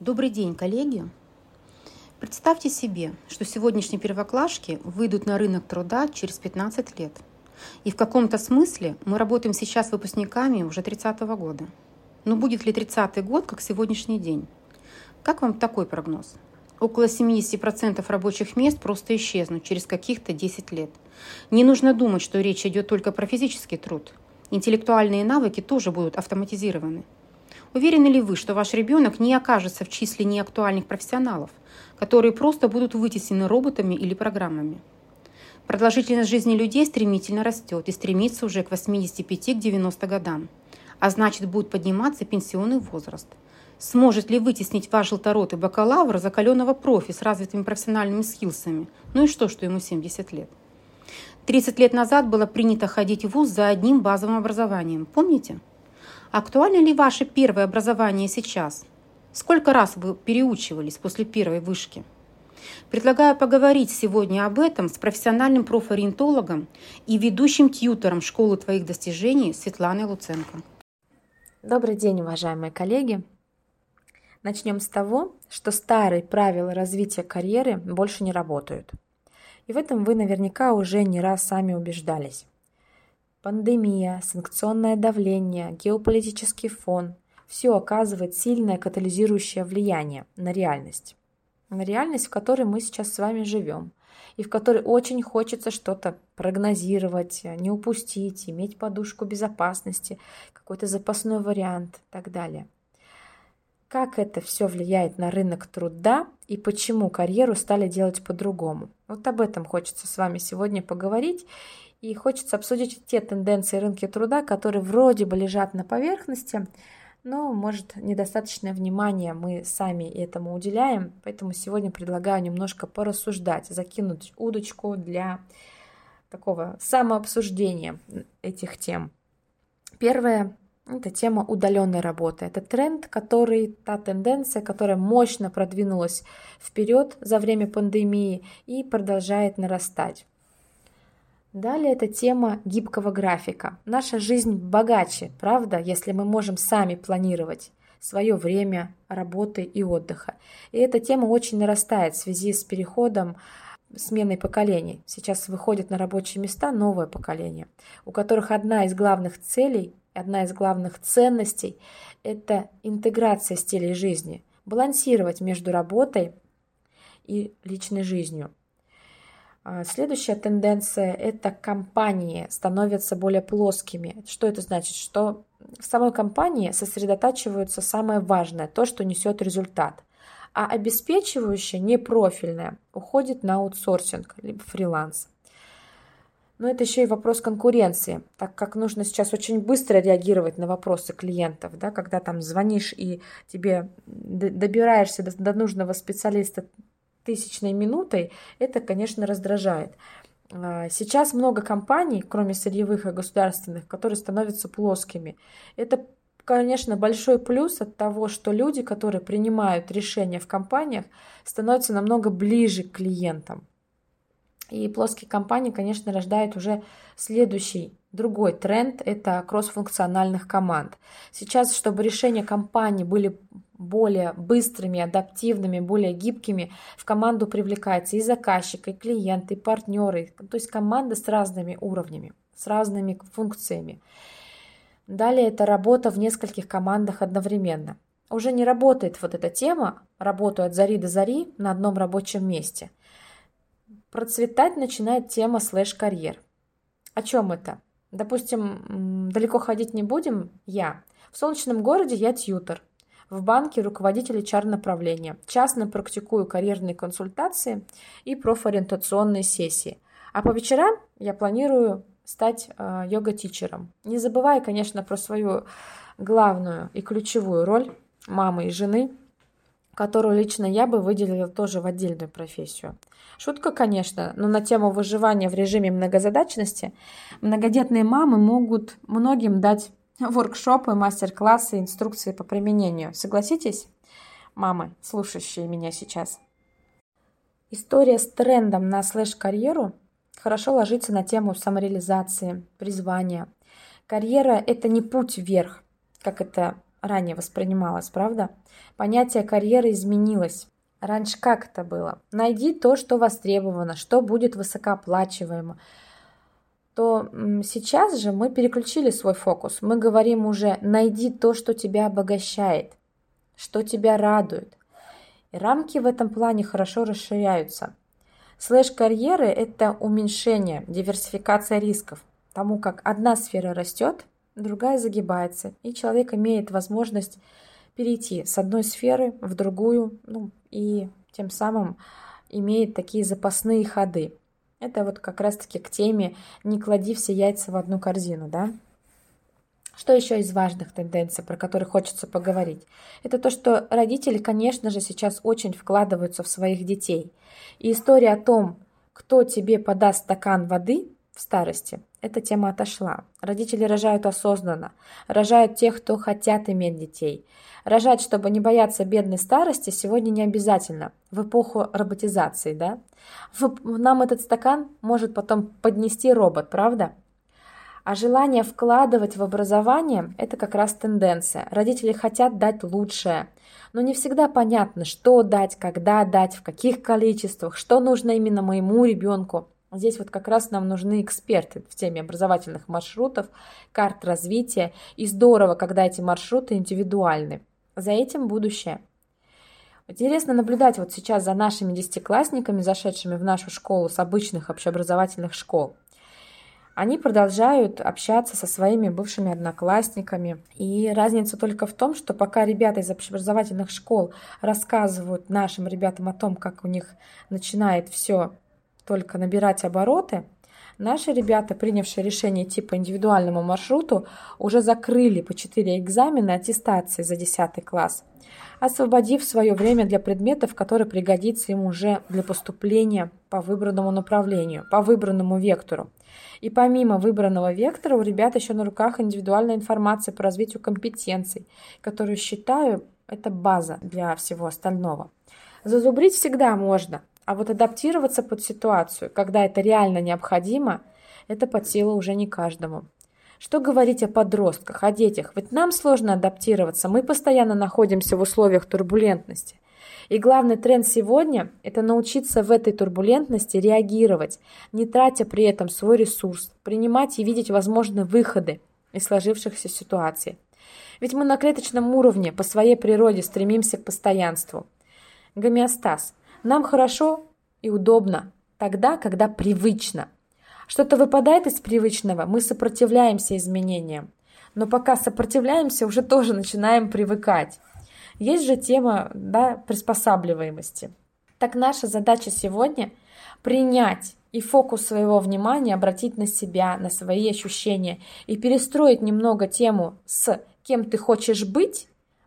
Добрый день, коллеги! Представьте себе, что сегодняшние первоклашки выйдут на рынок труда через 15 лет. И в каком-то смысле мы работаем сейчас с выпускниками уже 30-го года. Но будет ли 30-й год, как сегодняшний день? Как вам такой прогноз? Около 70% рабочих мест просто исчезнут через каких-то 10 лет. Не нужно думать, что речь идет только про физический труд. Интеллектуальные навыки тоже будут автоматизированы. Уверены ли вы, что ваш ребенок не окажется в числе неактуальных профессионалов, которые просто будут вытеснены роботами или программами? Продолжительность жизни людей стремительно растет и стремится уже к 85-90 годам, а значит будет подниматься пенсионный возраст. Сможет ли вытеснить ваш желторотый бакалавр закаленного профи с развитыми профессиональными скиллсами? Ну и что ему 70 лет? 30 лет назад было принято ходить в вуз за одним базовым образованием. Помните? Актуально ли ваше первое образование сейчас? Сколько раз вы переучивались после первой вышки? Предлагаю поговорить сегодня об этом с профессиональным профориентологом и ведущим тьютором школы твоих достижений Светланой Луценко. Добрый день, уважаемые коллеги! Начнем с того, что старые правила развития карьеры больше не работают. И в этом вы наверняка уже не раз сами убеждались. Пандемия, санкционное давление, геополитический фон – все оказывает сильное катализирующее влияние на реальность. На реальность, в которой мы сейчас с вами живем, и в которой очень хочется что-то прогнозировать, не упустить, иметь подушку безопасности, какой-то запасной вариант и так далее. Как это все влияет на рынок труда и почему карьеру стали делать по-другому? Вот об этом хочется с вами сегодня поговорить. И хочется обсудить те тенденции рынка труда, которые вроде бы лежат на поверхности, но, может, недостаточное внимание мы сами этому уделяем. Поэтому сегодня предлагаю немножко порассуждать, закинуть удочку для такого самообсуждения этих тем. Первое – это тема удаленной работы. Это тренд, та тенденция, которая мощно продвинулась вперед за время пандемии и продолжает нарастать. Далее это тема гибкого графика. Наша жизнь богаче, правда, если мы можем сами планировать свое время работы и отдыха. И эта тема очень нарастает в связи с переходом, сменой поколений. Сейчас выходит на рабочие места новое поколение, у которых одна из главных целей, одна из главных ценностей – это интеграция стилей жизни, балансировать между работой и личной жизнью. Следующая тенденция – это компании становятся более плоскими. Что это значит? Что в самой компании сосредотачивается самое важное, то, что несет результат. А обеспечивающее, непрофильное, уходит на аутсорсинг, либо фриланс. Но это еще и вопрос конкуренции, так как нужно сейчас очень быстро реагировать на вопросы клиентов. Да? Когда там звонишь и тебе добираешься до нужного специалиста тысячной минутой, это, конечно, раздражает. Сейчас много компаний, кроме сырьевых и государственных, которые становятся плоскими. Это, конечно, большой плюс от того, что люди, которые принимают решения в компаниях, становятся намного ближе к клиентам. И плоские компании, конечно, рождают уже следующий, другой тренд – это кроссфункциональных команд. Сейчас, чтобы решения компании были более быстрыми, адаптивными, более гибкими, в команду привлекается и заказчик, и клиент, и партнеры, то есть команда с разными уровнями, с разными функциями. Далее это работа в нескольких командах одновременно. Уже не работает вот эта тема, работаю от зари до зари на одном рабочем месте. Процветать начинает тема слэш-карьер. О чем это? Допустим, далеко ходить не будем. В солнечном городе я тьютор. В банке руководитель HR-направления. Частно практикую карьерные консультации и профориентационные сессии. А по вечерам я планирую стать йога-тичером. Не забывая, конечно, про свою главную и ключевую роль мамы и жены, которую лично я бы выделила тоже в отдельную профессию. Шутка, конечно, но на тему выживания в режиме многозадачности многодетные мамы могут многим дать воркшопы, мастер-классы, инструкции по применению. Согласитесь, мамы, слушающие меня сейчас? История с трендом на слэш-карьеру хорошо ложится на тему самореализации, призвания. Карьера – это не путь вверх, как это ранее воспринималось, правда? Понятие карьеры изменилось. Раньше как это было? Найди то, что востребовано, что будет высокооплачиваемо. То сейчас же мы переключили свой фокус. Мы говорим уже, найди то, что тебя обогащает, что тебя радует. И рамки в этом плане хорошо расширяются. Слэш-карьеры – это уменьшение, диверсификация рисков. Тому как одна сфера растет, другая загибается, и человек имеет возможность перейти с одной сферы в другую, и тем самым имеет такие запасные ходы. Это вот как раз-таки к теме «не клади все яйца в одну корзину», да? Что еще из важных тенденций, про которые хочется поговорить? Это то, что родители, конечно же, сейчас очень вкладываются в своих детей. И история о том, кто тебе подаст стакан воды в старости, эта тема отошла. Родители рожают осознанно, рожают тех, кто хотят иметь детей. Рожать, чтобы не бояться бедной старости, сегодня не обязательно. В эпоху роботизации, да? Нам этот стакан может потом поднести робот, правда? А желание вкладывать в образование – это как раз тенденция. Родители хотят дать лучшее, но не всегда понятно, что дать, когда дать, в каких количествах, что нужно именно моему ребенку. Здесь вот как раз нам нужны эксперты в теме образовательных маршрутов, карт развития. И здорово, когда эти маршруты индивидуальны. За этим будущее. Интересно наблюдать вот сейчас за нашими десятиклассниками, зашедшими в нашу школу с обычных общеобразовательных школ. Они продолжают общаться со своими бывшими одноклассниками. И разница только в том, что пока ребята из общеобразовательных школ рассказывают нашим ребятам о том, как у них начинает все только набирать обороты, наши ребята, принявшие решение идти по индивидуальному маршруту, уже закрыли по 4 экзамена аттестации за 10 класс, освободив свое время для предметов, которые пригодятся им уже для поступления по выбранному направлению, по выбранному вектору. И помимо выбранного вектора у ребят еще на руках индивидуальная информация по развитию компетенций, которую, считаю, это база для всего остального. Зазубрить всегда можно, а вот адаптироваться под ситуацию, когда это реально необходимо, это под силу уже не каждому. Что говорить о подростках, о детях? Ведь нам сложно адаптироваться, мы постоянно находимся в условиях турбулентности. И главный тренд сегодня – это научиться в этой турбулентности реагировать, не тратя при этом свой ресурс, принимать и видеть возможные выходы из сложившихся ситуаций. Ведь мы на клеточном уровне по своей природе стремимся к постоянству. Гомеостаз. Нам хорошо и удобно тогда, когда привычно. Что-то выпадает из привычного, мы сопротивляемся изменениям. Но пока сопротивляемся, уже тоже начинаем привыкать. Есть же тема, приспосабливаемости. Так наша задача сегодня принять и фокус своего внимания обратить на себя, на свои ощущения и перестроить немного тему с кем ты хочешь быть,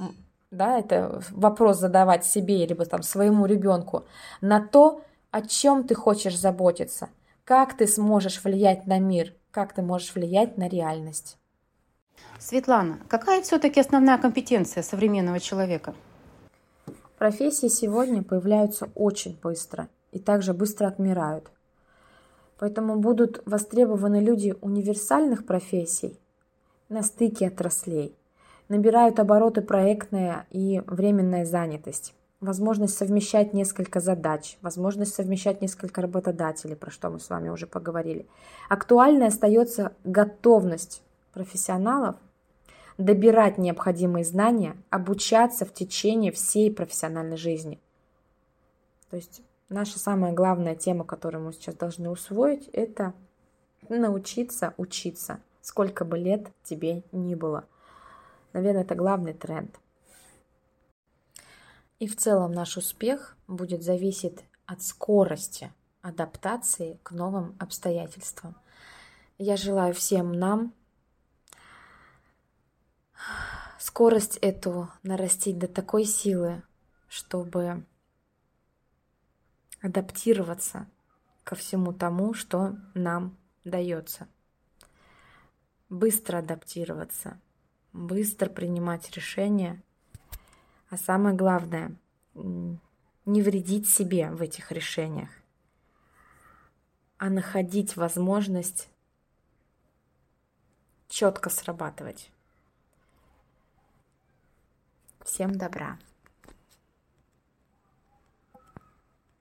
это вопрос задавать себе либо своему ребенку, на то, о чем ты хочешь заботиться, как ты сможешь влиять на мир, как ты можешь влиять на реальность. Светлана, какая все-таки основная компетенция современного человека? Профессии сегодня появляются очень быстро и также быстро отмирают. Поэтому будут востребованы люди универсальных профессий на стыке отраслей. Набирают обороты проектная и временная занятость. Возможность совмещать несколько задач, возможность совмещать несколько работодателей, про что мы с вами уже поговорили. Актуальной остается готовность профессионалов добирать необходимые знания, обучаться в течение всей профессиональной жизни. То есть наша самая главная тема, которую мы сейчас должны усвоить, это научиться учиться, сколько бы лет тебе ни было. Наверное, это главный тренд. И в целом наш успех будет зависеть от скорости адаптации к новым обстоятельствам. Я желаю всем нам скорость эту нарастить до такой силы, чтобы адаптироваться ко всему тому, что нам дается. Быстро адаптироваться, быстро принимать решения, а самое главное, не вредить себе в этих решениях, а находить возможность четко срабатывать. Всем добра!